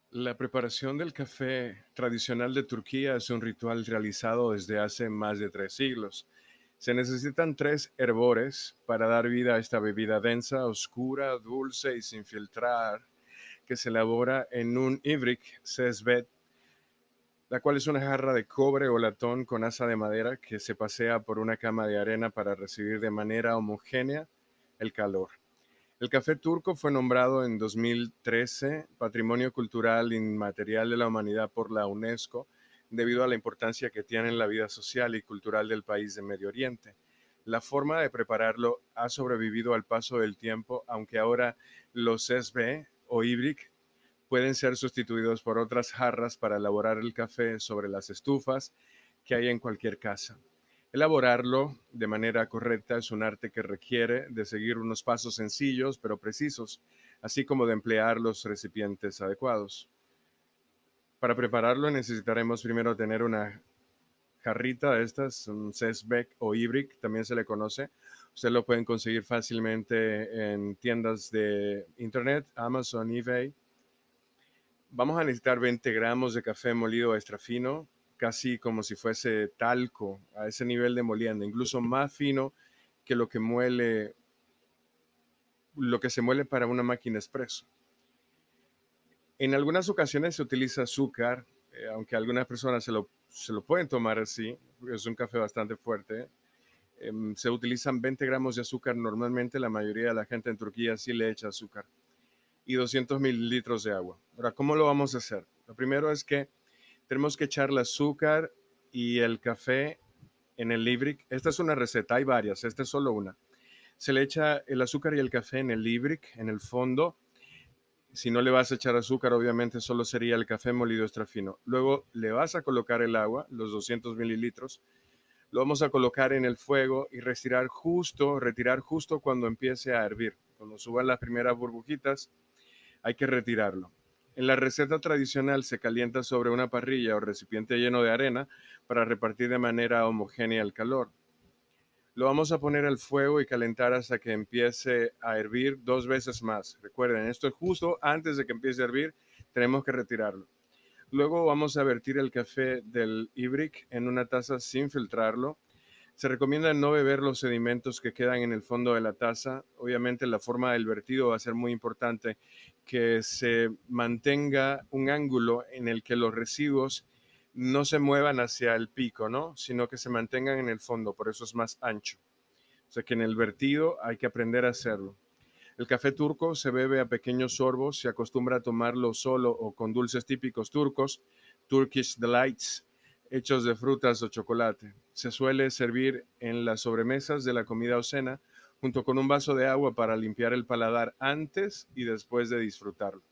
La preparación del café tradicional de Turquía es un ritual realizado desde hace más de 3 siglos. Se necesitan tres herbores para dar vida a esta bebida densa, oscura, dulce y sin filtrar, que se elabora en un ibrik sesbet, la cual es una jarra de cobre o latón con asa de madera que se pasea por una cama de arena para recibir de manera homogénea el calor. El café turco fue nombrado en 2013 Patrimonio Cultural Inmaterial de la Humanidad por la UNESCO debido a la importancia que tiene en la vida social y cultural del país de Medio Oriente. La forma de prepararlo ha sobrevivido al paso del tiempo, aunque ahora los SB o Ibrik pueden ser sustituidos por otras jarras para elaborar el café sobre las estufas que hay en cualquier casa. Elaborarlo de manera correcta es un arte que requiere de seguir unos pasos sencillos pero precisos, así como de emplear los recipientes adecuados. Para prepararlo necesitaremos primero tener una jarrita de estas, un Sesbeck o Ibrik, también se le conoce. Usted lo pueden conseguir fácilmente en tiendas de internet, Amazon, eBay. Vamos a necesitar 20 gramos de café molido extra fino, casi como si fuese talco, a ese nivel de molienda, incluso más fino que lo que se muele para una máquina expreso. En algunas ocasiones se utiliza azúcar, aunque algunas personas se lo pueden tomar así, porque es un café bastante fuerte. Se utilizan 20 gramos de azúcar normalmente, la mayoría de la gente en Turquía sí le echa azúcar, y 200 mililitros de agua. Ahora, ¿cómo lo vamos a hacer? Lo primero es que tenemos que echar el azúcar y el café en el Libric. Esta es una receta, hay varias, esta es solo una. Se le echa el azúcar y el café en el Libric, en el fondo. Si no le vas a echar azúcar, obviamente solo sería el café molido extra fino. Luego le vas a colocar el agua, los 200 mililitros. Lo vamos a colocar en el fuego y retirar justo cuando empiece a hervir. Cuando suban las primeras burbujitas, hay que retirarlo. En la receta tradicional se calienta sobre una parrilla o recipiente lleno de arena para repartir de manera homogénea el calor. Lo vamos a poner al fuego y calentar hasta que empiece a hervir 2 veces más. Recuerden, esto es justo antes de que empiece a hervir, tenemos que retirarlo. Luego vamos a vertir el café del Ibrik en una taza sin filtrarlo. Se recomienda no beber los sedimentos que quedan en el fondo de la taza. Obviamente la forma del vertido va a ser muy importante, que se mantenga un ángulo en el que los residuos no se muevan hacia el pico, ¿no? Sino que se mantengan en el fondo, por eso es más ancho. O sea que en el vertido hay que aprender a hacerlo. El café turco se bebe a pequeños sorbos, se acostumbra a tomarlo solo o con dulces típicos turcos, Turkish Delights, hechos de frutas o chocolate. Se suele servir en las sobremesas de la comida o cena, junto con un vaso de agua para limpiar el paladar antes y después de disfrutarlo.